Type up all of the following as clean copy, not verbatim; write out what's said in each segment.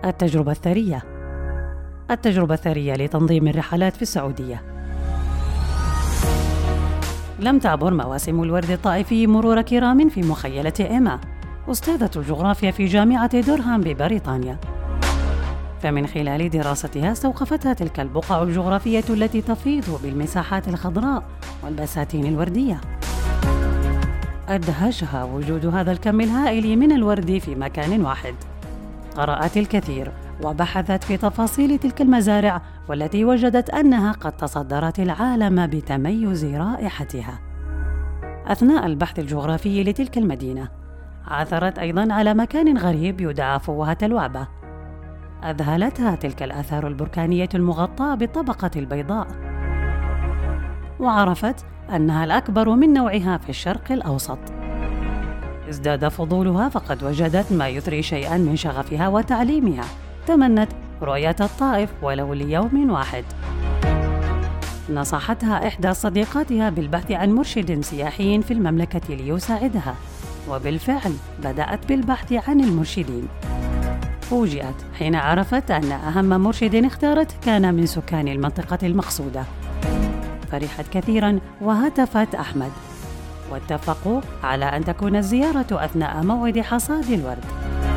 التجربة الثرية. التجربة الثرية لتنظيم الرحلات في السعودية. لم تعبر مواسم الورد الطائفي مرور كرام في مخيلة إيما، أستاذة الجغرافيا في جامعة دورهام ببريطانيا. فمن خلال دراستها استوقفتها تلك البقع الجغرافية التي تفيض بالمساحات الخضراء والبساتين الوردية. أدهشها وجود هذا الكم الهائل من الورد في مكان واحد. قرأت الكثير وبحثت في تفاصيل تلك المزارع، والتي وجدت أنها قد تصدرت العالم بتميز رائحتها. أثناء البحث الجغرافي لتلك المدينة عثرت أيضاً على مكان غريب يدعى فوهة الوعبة. أذهلتها تلك الآثار البركانية المغطاة بالطبقة البيضاء، وعرفت أنها الأكبر من نوعها في الشرق الأوسط. ازداد فضولها، فقد وجدت ما يثري شيئاً من شغفها وتعليمها. تمنت رؤية الطائف ولو ليوم واحد. نصحتها إحدى صديقاتها بالبحث عن مرشد سياحي في المملكة ليساعدها، وبالفعل بدأت بالبحث عن المرشدين. فوجئت حين عرفت أن أهم مرشد اختارته كان من سكان المنطقة المقصودة. فرحت كثيراً وهتفت أحمد، واتفقوا على أن تكون الزيارة أثناء موعد حصاد الورد.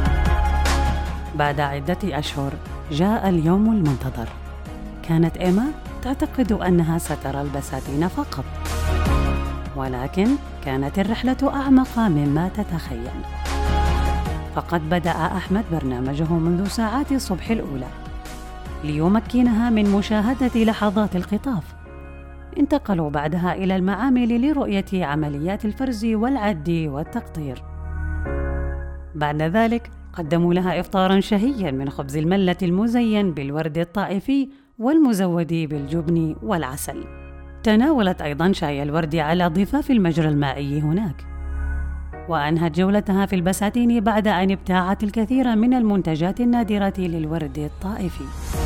بعد عدة أشهر جاء اليوم المنتظر. كانت إيما تعتقد أنها سترى البساتين فقط، ولكن كانت الرحلة أعمق مما تتخيل. فقد بدأ أحمد برنامجه منذ ساعات الصبح الأولى ليمكنها من مشاهدة لحظات القطاف. انتقلوا بعدها إلى المعامل لرؤية عمليات الفرز والعد والتقطير. بعد ذلك قدموا لها إفطاراً شهياً من خبز الملة المزين بالورد الطائفي والمزود بالجبن والعسل. تناولت أيضاً شاي الورد على ضفاف المجرى المائي هناك. وأنهت جولتها في البساتين بعد أن ابتاعت الكثير من المنتجات النادرة للورد الطائفي.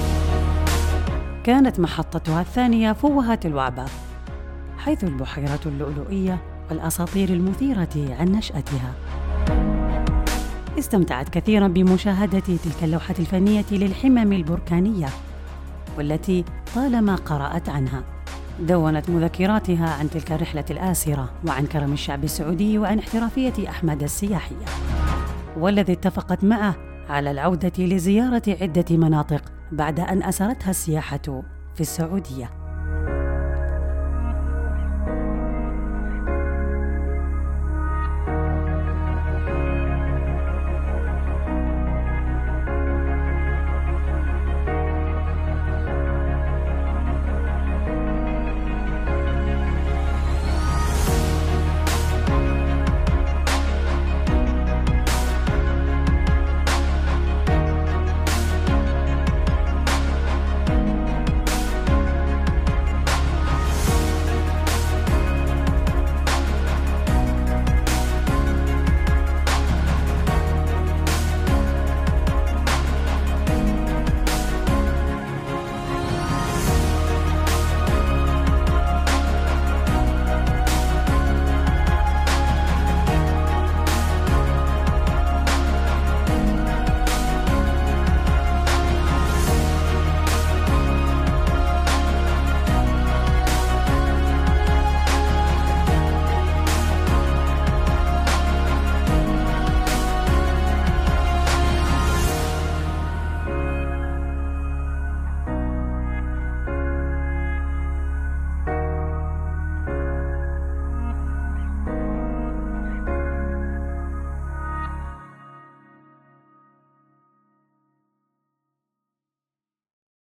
كانت محطتها الثانية فوهة الوعبة، حيث البحيرة اللؤلؤية والأساطير المثيرة عن نشأتها. استمتعت كثيرا بمشاهدة تلك اللوحة الفنية للحمم البركانية، والتي طالما قرأت عنها. دونت مذكراتها عن تلك الرحلة الآسرة، وعن كرم الشعب السعودي، وعن احترافية أحمد السياحية، والذي اتفقت معه على العودة لزيارة عدة مناطق بعد أن أسرتها السياحة في السعودية.